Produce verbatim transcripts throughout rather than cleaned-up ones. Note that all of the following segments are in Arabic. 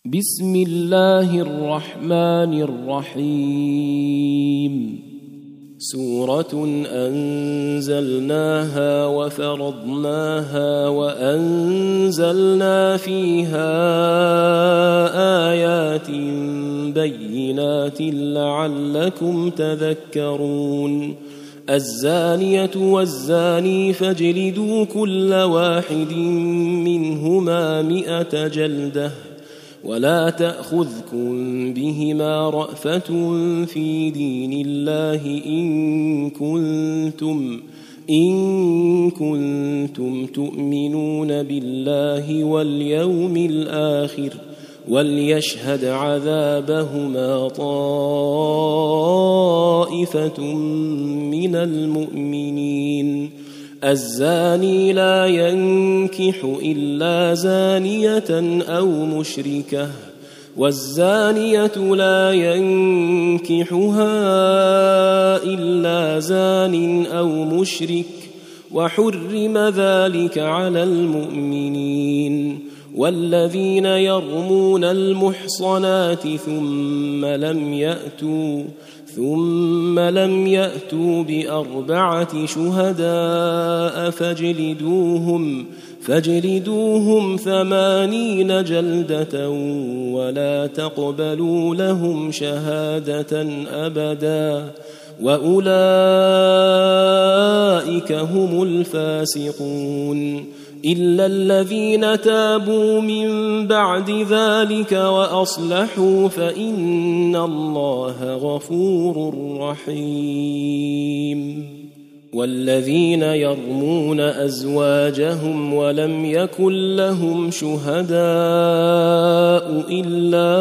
بسم الله الرحمن الرحيم سورة أنزلناها وفرضناها وأنزلنا فيها آيات بينات لعلكم تذكرون الزانية والزاني فاجلدوا كل واحد منهما مئة جلدة ولا تأخذكم بهما رأفة في دين الله إن كنتم إن كنتم تؤمنون بالله واليوم الآخر وليشهد عذابهما طائفة من المؤمنين الزاني لا ينكح إلا زانية أو مشركة والزانية لا ينكحها إلا زان أو مشرك وحرم ذلك على المؤمنين والذين يرمون المحصنات ثم لم يأتوا ثم لم يأتوا بأربعة شهداء فاجلدوهم فاجلدوهم ثمانين جلدة ولا تقبلوا لهم شهادة أبدا وأولئك هم الفاسقون إلا الذين تابوا من بعد ذلك وأصلحوا فإن الله غفور رحيم والذين يرمون أزواجهم ولم يكن لهم شهداء إلا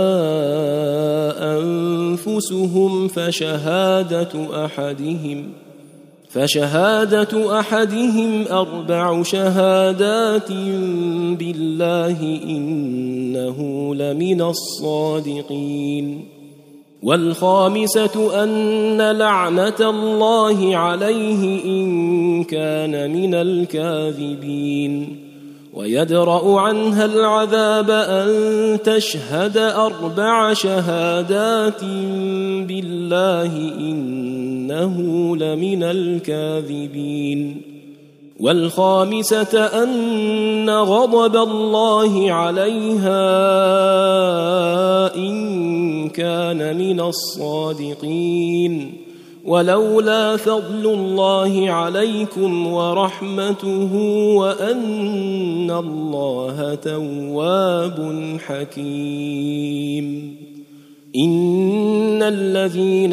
أنفسهم فشهادة أحدهم فشهادة أحدهم أربع شهادات بالله إنه لمن الصادقين والخامسة أن لعنة الله عليه إن كان من الكاذبين ويدرأ عنها العذاب أن تشهد أربع شهادات بالله إنه لمن الكاذبين والخامسة أن غضب الله عليها إن كان من الصادقين ولولا فضل الله عليكم ورحمته وأن الله تواب حكيم إن الذين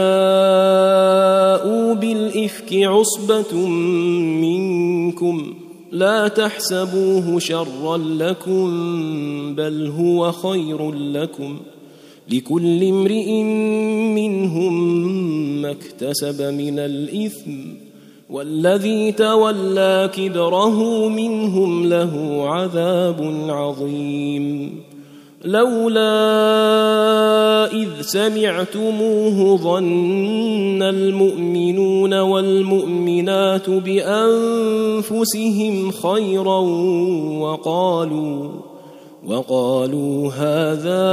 جاءوا بالإفك عصبة منكم لا تحسبوه شرا لكم بل هو خير لكم لكل امرئ منهم ما اكتسب من الإثم والذي تولى كبره منهم له عذاب عظيم لولا إذ سمعتموه ظن المؤمنون والمؤمنات بأنفسهم خيرا وقالوا وقالوا هذا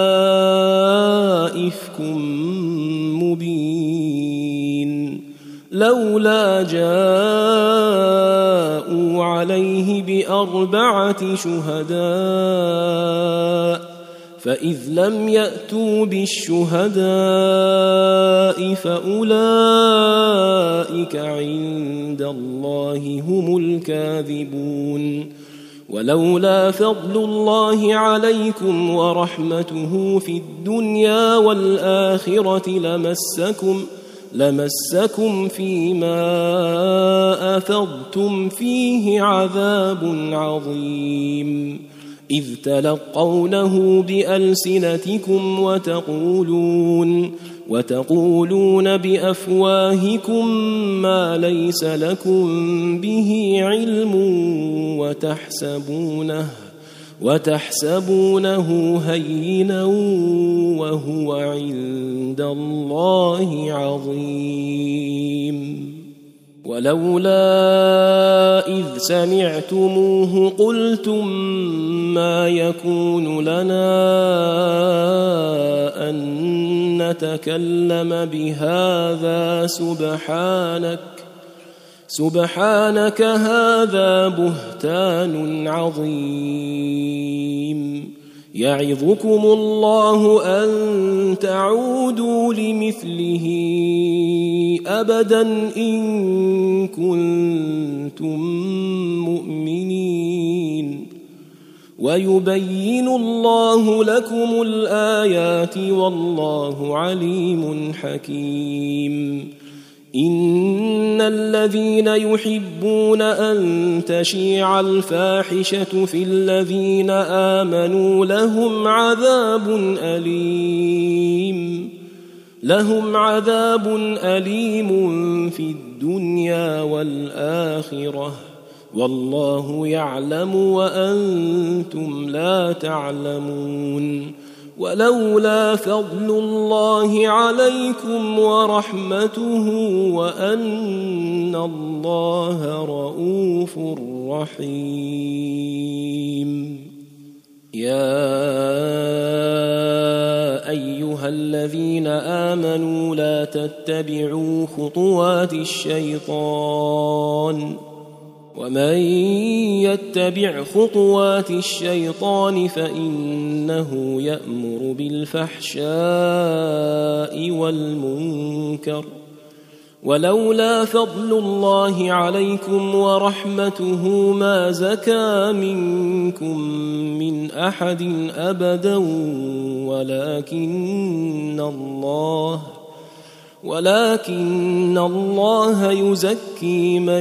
إفك مبين لولا جاءوا عليه بأربعة شهداء فإذ لم يأتوا بالشهداء فأولئك عند الله هم الكاذبون ولولا فضل الله عليكم ورحمته في الدنيا والآخرة لمسكم لمسكم فيما أفضتم فيه عذاب عظيم إذ تلقونه بألسنتكم وتقولون وتقولون بأفواهكم ما ليس لكم به علم وتحسبونه وتحسبونه هينا وهو عند الله عظيم ولولا إذ سمعتموه قلتم ما يكون لنا أن نتكلم بهذا سبحانك سبحانك هذا بهتان عظيم يعظكم الله أن تعودوا لمثله أبدا إن كنتم مؤمنين ويبين الله لكم الآيات والله عليم حكيم إن الذين يحبون أن تشيع الفاحشة في الذين آمنوا لهم عذاب أليم لهم عذاب أليم في الدنيا والآخرة والله يعلم وأنتم لا تعلمون ولولا فضل الله عليكم ورحمته وأن الله رؤوف رحيم يا أيها الذين آمنوا لا تتبعوا خطوات الشيطان ومن يتبع خطوات الشيطان فإنه يأمر بالفحشاء والمنكر ولولا فضل الله عليكم ورحمته ما زكى منكم من أحد أبدا ولكن الله ولكن الله يزكي من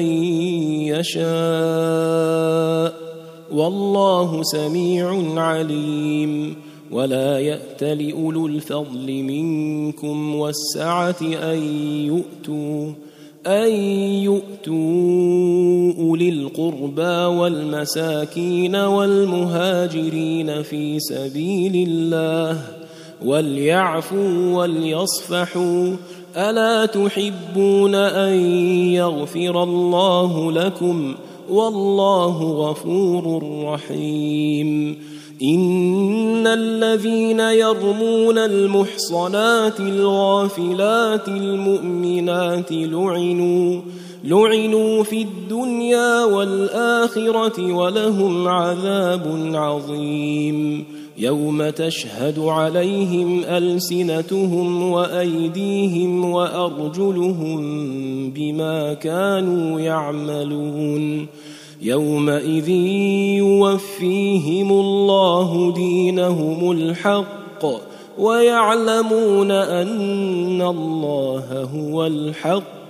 يشاء والله سميع عليم ولا يأت لأولو الفضل منكم والسعة أن يؤتوا أن يؤتوا أولي القربى والمساكين والمهاجرين في سبيل الله وليعفوا وليصفحوا ألا تحبون أن يغفر الله لكم والله غفور رحيم إن الذين يرمون المحصنات الغافلات المؤمنات لعنوا لعنوا في الدنيا والآخرة ولهم عذاب عظيم يوم تشهد عليهم ألسنتهم وأيديهم وأرجلهم بما كانوا يعملون يومئذ يوفيهم الله دينهم الحق ويعلمون أن الله هو الحق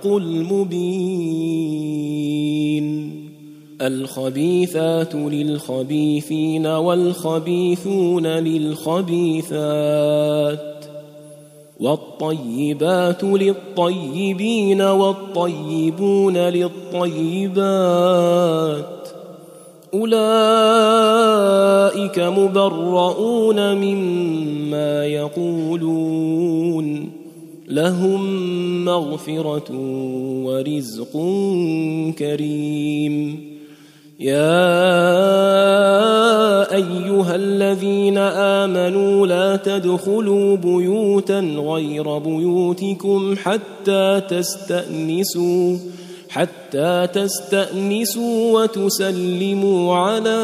المبين الخبيثات للخبيثين والخبيثون للخبيثات والطيبات للطيبين والطيبون للطيبات أولئك مبرؤون مما يقولون لهم مغفرة ورزق كريم يا أيها الذين آمنوا لا تدخلوا بيوتا غير بيوتكم حتى تستأنسوا حتى تستأنسوا وتسلموا على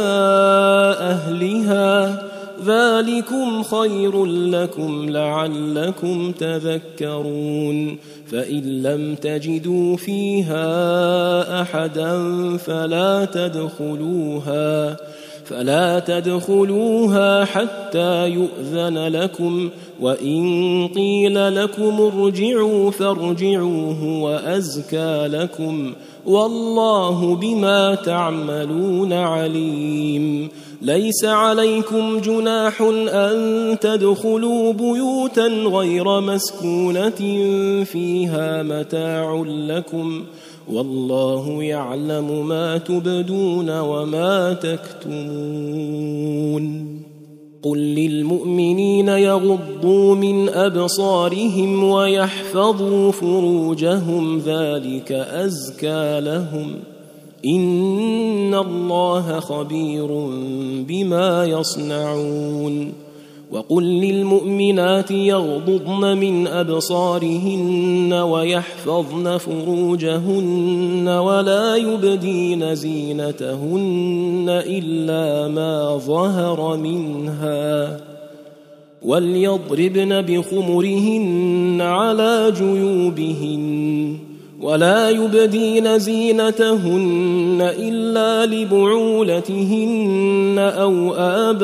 أهلها ذلكم خير لكم لعلكم تذكرون فإن لم تجدوا فيها أحدا فلا تدخلوها فلا تدخلوها حتى يؤذن لكم وإن قيل لكم ارجعوا فارجعوا هو أزكى لكم والله بما تعملون عليم ليس عليكم جناح أن تدخلوا بيوتا غير مسكونة فيها متاع لكم والله يعلم ما تبدون وما تكتمون قل للمؤمنين يغضوا من أبصارهم ويحفظوا فروجهم ذلك أزكى لهم إن الله خبير بما يصنعون وقل للمؤمنات يغضضن من أبصارهن ويحفظن فروجهن ولا يبدين زينتهن إلا ما ظهر منها وليضربن بخمرهن على جيوبهن ولا يبدين زينتهن إلا لبعولتهن أو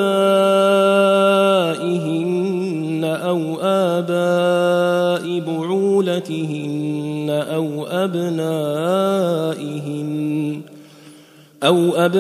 آبائهن أو آباء بعولتهن أو أبنائهن أو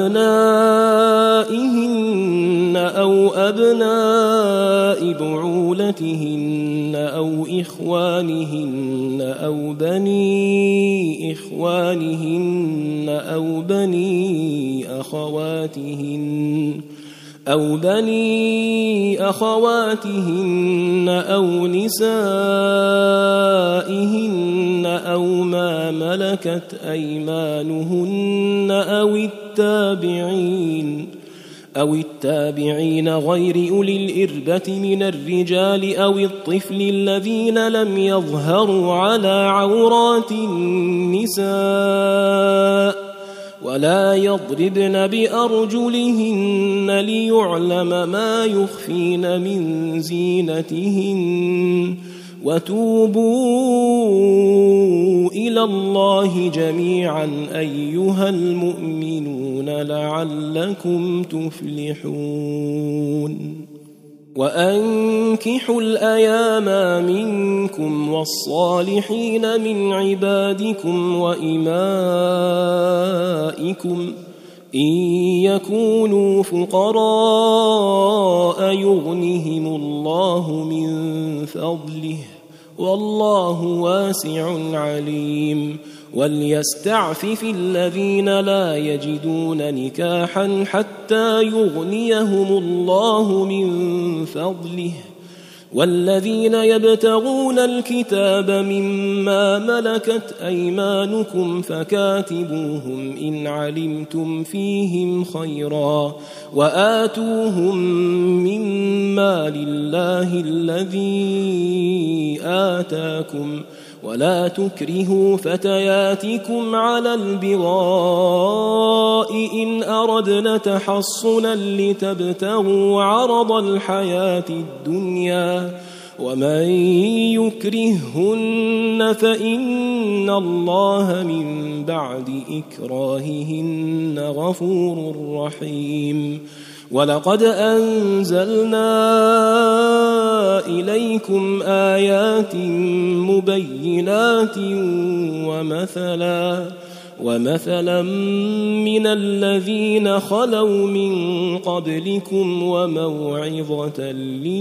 أبنائهن أو أبناء بعولتهن أو إخوانهن أو بني إخوانهن أو بني أخواتهن أو بني أخواتهن أو نسائهن أو ما ملكت أيمانهن أو التابعين أو التابعين غير أولي الإربة من الرجال أو الطفل الذين لم يظهروا على عورات النساء ولا يضربن بأرجلهن ليعلم ما يخفين من زينتهن وتوبوا إلى الله جميعا أيها المؤمنون لعلكم تفلحون وأنكحوا الأيام منكم والصالحين من عبادكم وإمائكم إن يكونوا فقراء يغنهم الله من فضله والله واسع عليم وليستعفف الذين لا يجدون نكاحا حتى يغنيهم الله من فضله والذين يبتغون الكتاب مما ملكت أيمانكم فكاتبوهم إن علمتم فيهم خيرا وآتوهم مما لله الذي آتاكم ولا تكرهوا فتياتكم على البغاء إن أردنا تحصنا لتبتغوا عرض الحياة الدنيا ومن يكرههن فإن الله من بعد إكراههن غفور رحيم ولقد أنزلنا إليكم آيات مبينات ومثلا ومثلا من الذين خلوا من قبلكم وموعظة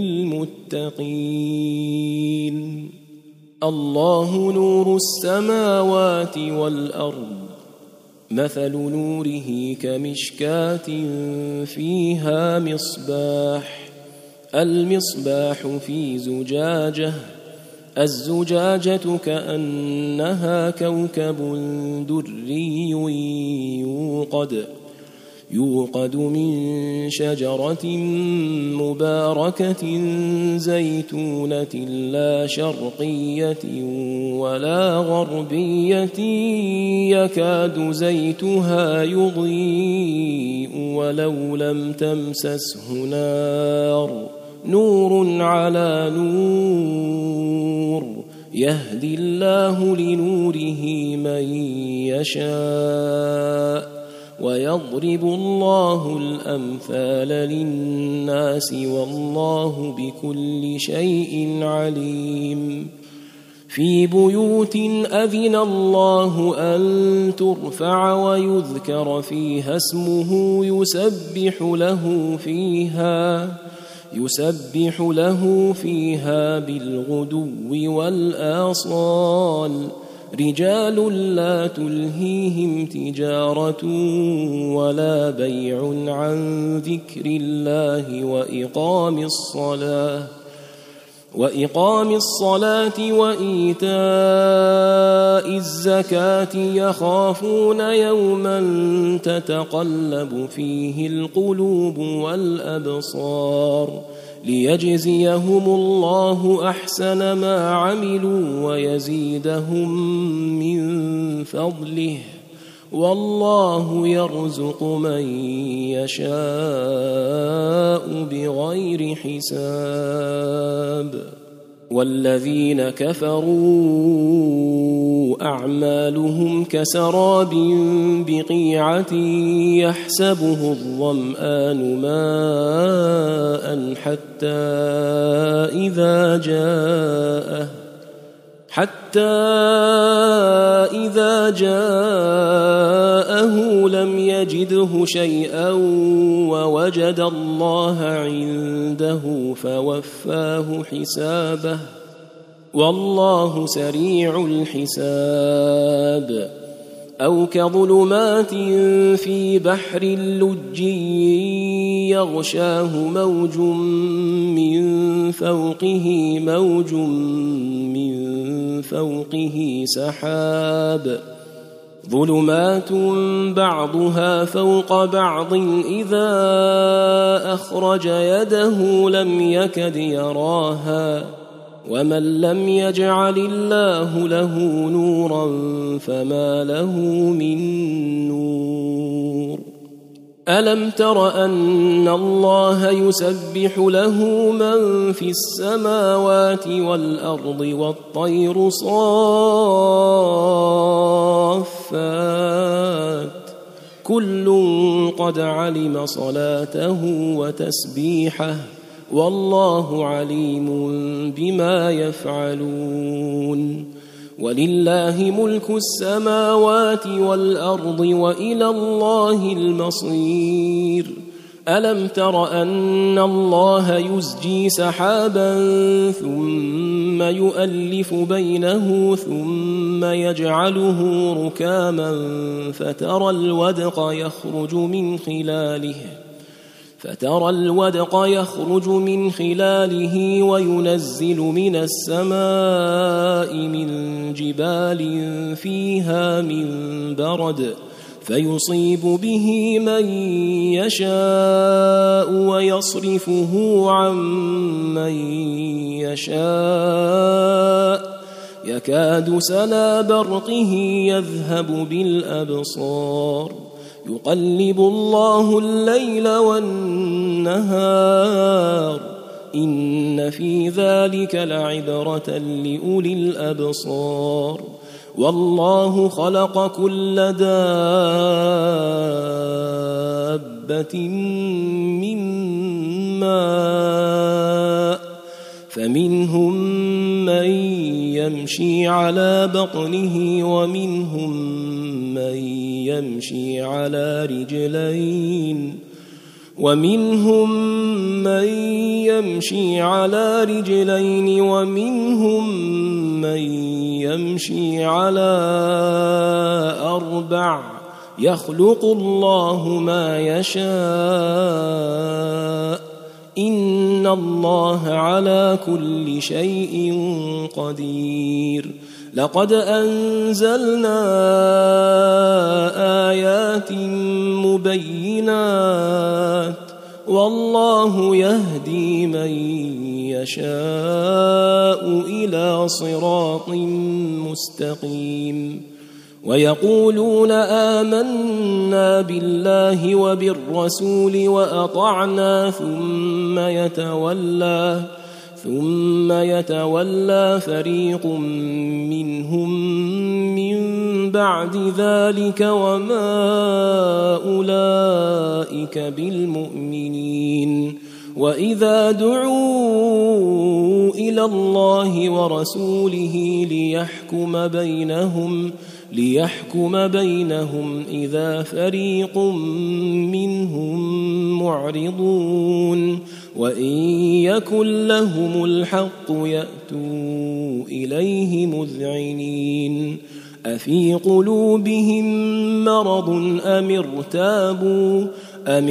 للمتقين الله نور السماوات والأرض مثل نوره كمشكاة فيها مصباح المصباح في زجاجة الزجاجة كأنها كوكب دري يوقد يوقد من شجرة مباركة زيتونة لا شرقية ولا غربية يكاد زيتها يضيء ولو لم تمسسه نار نور على نور يهدي الله لنوره من يشاء ويضرب الله الأمثال للناس والله بكل شيء عليم في بيوت أذن الله أن ترفع ويذكر فيها اسمه يسبح له فيها يسبح له فيها بالغدو والآصال رجال لا تلهيهم تجارة ولا بيع عن ذكر الله وإقام الصلاة وإقام الصلاة وإيتاء الزكاة يخافون يوما تتقلب فيه القلوب والأبصار ليجزيهم الله أحسن ما عملوا ويزيدهم من فضله والله يرزق من يشاء بغير حساب. والذين كفروا أعمالهم كسراب بقيعة يحسبه الظمآن ماء حتى إذا جاءه حتى إذا جاءه لم يجده شيئا ووجد الله عنده فوفاه حسابه والله سريع الحساب. أو كظلمات في بحر لجي يغشاه موج من فوقه موج من فوقه سحاب ظلمات بعضها فوق بعض إذا أخرج يده لم يكد يراها ومن لم يجعل الله له نورا فما له من نور. ألم تر أن الله يسبح له من في السماوات والأرض والطير صافات كل قد علم صلاته وتسبيحه والله عليم بما يفعلون. ولله ملك السماوات والأرض وإلى الله المصير. ألم تر أن الله يزجي سحابا ثم يؤلف بينه ثم يجعله ركاما فترى الودق يخرج من خلاله فترى الودق يخرج من خلاله وينزل من السماء من جبال فيها من برد فيصيب به من يشاء ويصرفه عن من يشاء يكاد سنا برقه يذهب بالأبصار يقلب الله الليل والنهار إن في ذلك لعبرة لأولي الأبصار. والله خلق كل دابة من ماء فمنهم من يمشي على بطنه ومنهم من يمشي على رجلين ومنهم من يمشي على رجلين ومنهم من يمشي على أربع يخلق الله ما يشاء إن الله على كل شيء قدير. لقد أنزلنا آيات مبينات والله يهدي من يشاء إلى صراط مستقيم. ويقولون آمنا بالله وبالرسول وأطعنا ثم يتولى ثم يتولى فريق منهم من بعد ذلك وما أولئك بالمؤمنين. وإذا دعوا إلى الله ورسوله ليحكم بينهم ليحكم بينهم إذا فريق منهم معرضون وإن يكن لهم الحق يأتوا إليه مذعنين أفي قلوبهم مرض أم ارتابوا أم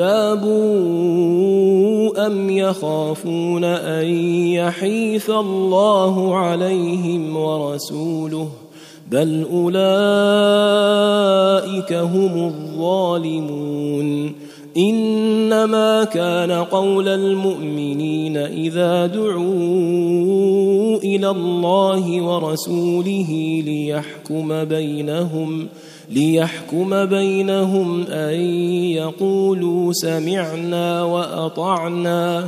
ارتابوا أم يخافون أن يحيف الله عليهم ورسوله بل أولئك هم الظالمون إنما كان قول المؤمنين إذا دعوا إلى الله ورسوله ليحكم بينهم ليحكم بينهم أن يقولوا سمعنا وأطعنا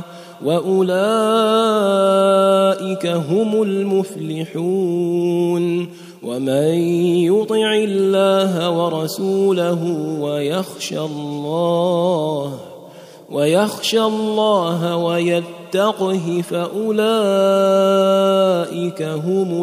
وأولئك هم المفلحون ومن يطع الله ورسوله ويخشى الله ويخشى الله ويتقه فأولئك هم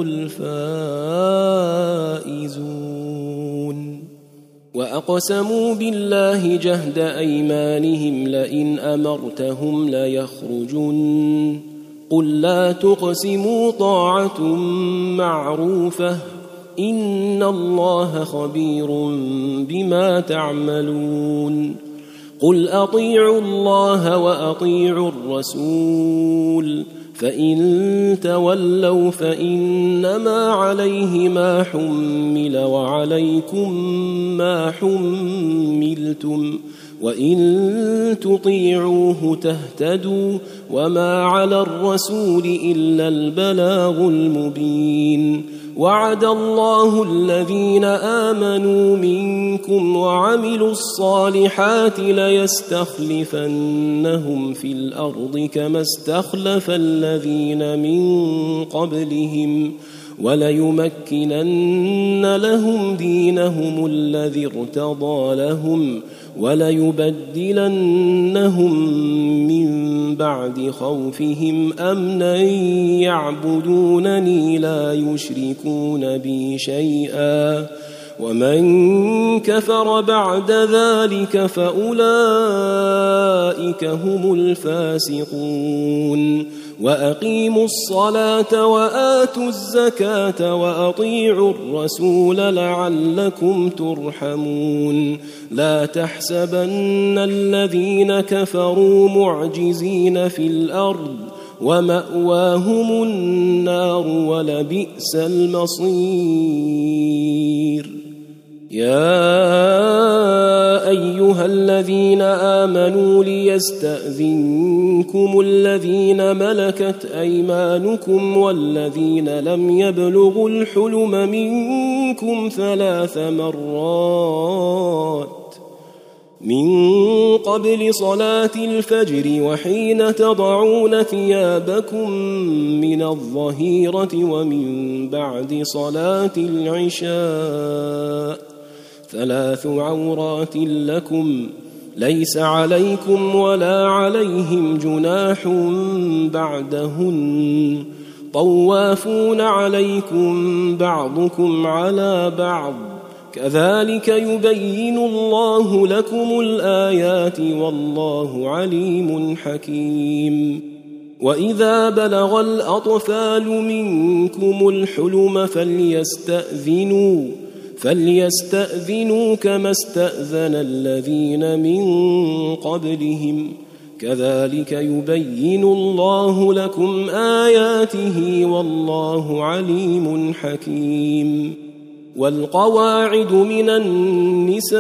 الفائزون وأقسموا بالله جهد أيمانهم لئن أمرتهم ليخرجن قل لا تقسموا طاعة معروفة إن الله خبير بما تعملون قل أطيعوا الله وأطيعوا الرسول فإن تولوا فإنما عليه ما حمل وعليكم ما حملتم وإن تطيعوه تهتدوا وما على الرسول إلا البلاغ المبين وعد الله الذين آمنوا منكم وعملوا الصالحات ليستخلفنهم في الأرض كما استخلف الذين من قبلهم وليمكنن لهم دينهم الذي ارتضى لهم وليبدلنهم من بعد خوفهم أمنا يعبدونني لا يشركون بي شيئا ومن كفر بعد ذلك فأولئك هم الفاسقون وأقيموا الصلاة وآتوا الزكاة وأطيعوا الرسول لعلكم ترحمون لا تحسبن الذين كفروا معجزين في الأرض ومأواهم النار ولبئس المصير يا أيها الذين آمنوا ليستأذنكم الذين ملكت أيمانكم والذين لم يبلغوا الحلم منكم ثلاث مرات من قبل صلاة الفجر وحين تضعون ثيابكم من الظهيرة ومن بعد صلاة العشاء ثلاث عورات لكم ليس عليكم ولا عليهم جناح بعدهن طوافون عليكم بعضكم على بعض كذلك يبين الله لكم الآيات والله عليم حكيم وإذا بلغ الأطفال منكم الحلم فليستأذنوا فليستأذنوا كما استأذن الذين من قبلهم كذلك يبين الله لكم آياته والله عليم حكيم والقواعد من النساء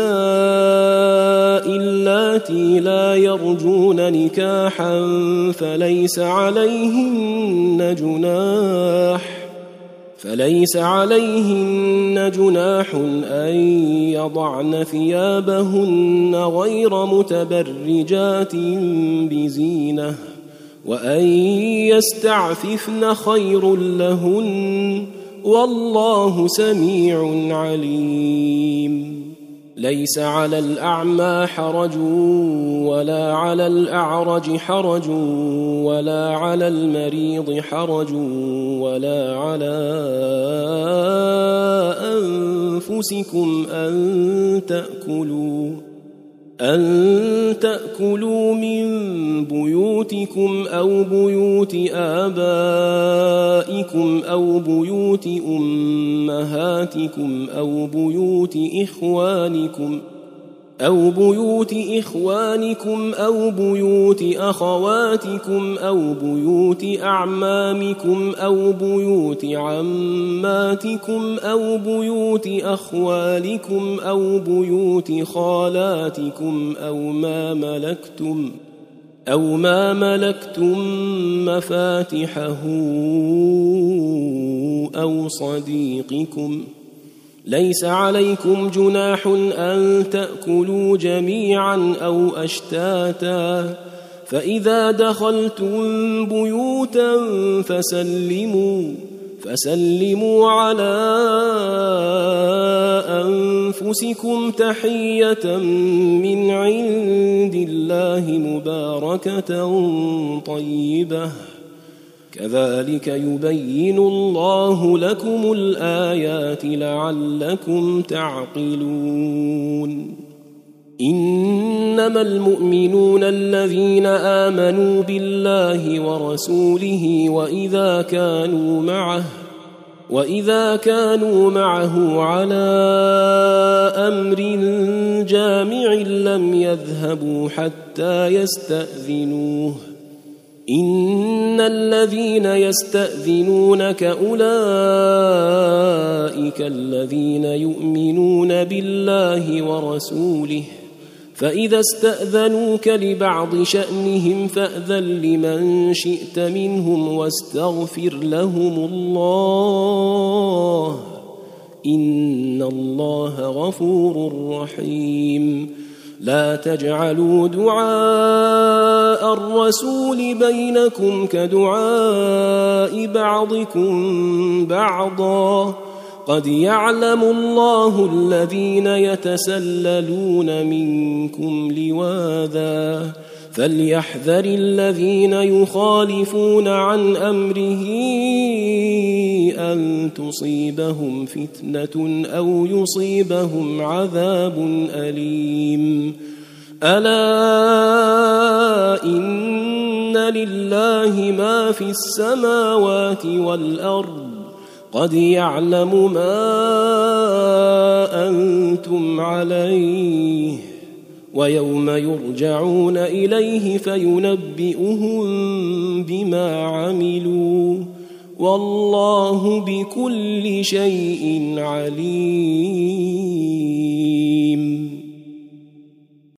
اللاتي لا يرجون نكاحا فليس عليهن جناح فليس عليهن جناح أن يضعن ثيابهن غير متبرجات بزينة وأن يستعففن خير لهن والله سميع عليم ليس على الأعمى حرج ولا على الأعرج حرج ولا على المريض حرج ولا على أنفسكم أن تأكلوا أن تأكلوا من بيوتكم أو بيوت آبائكم أو بيوت أمهاتكم أو بيوت إخوانكم أو بيوت إخوانكم أو بيوت أخواتكم أو بيوت أعمامكم أو بيوت عماتكم أو بيوت أخوالكم أو بيوت خالاتكم أو ما ملكتم أو ما ملكتم مفاتحه أو صديقكم. ليس عليكم جناح أن تأكلوا جميعا أو أشتاتا، فإذا دخلتم بيوتا فسلموا فسلموا على أنفسكم تحية من عند الله مباركة طيبة، كذلك يبين الله لكم الآيات لعلكم تعقلون. إنما المؤمنون الذين آمنوا بالله ورسوله وإذا كانوا معه وإذا كانوا معه على أمر جامع لم يذهبوا حتى يستأذنوه. إن الذين يستأذنونك أولئك الذين يؤمنون بالله ورسوله، فإذا استأذنوك لبعض شأنهم فأذن لمن شئت منهم واستغفر لهم الله، إن الله غفور رحيم. لا تجعلوا دعاء الرسول بينكم كدعاء بعضكم بعضا، قد يعلم الله الذين يتسللون منكم لواذا، فليحذر الذين يخالفون عن أمره أن تصيبهم فتنة أو يصيبهم عذاب أليم. ألا إن لله ما في السماوات والأرض، قد يعلم ما أنتم عليه، ويوم يرجعون إليه فينبئهم بما عملوا، والله بكل شيء عليم.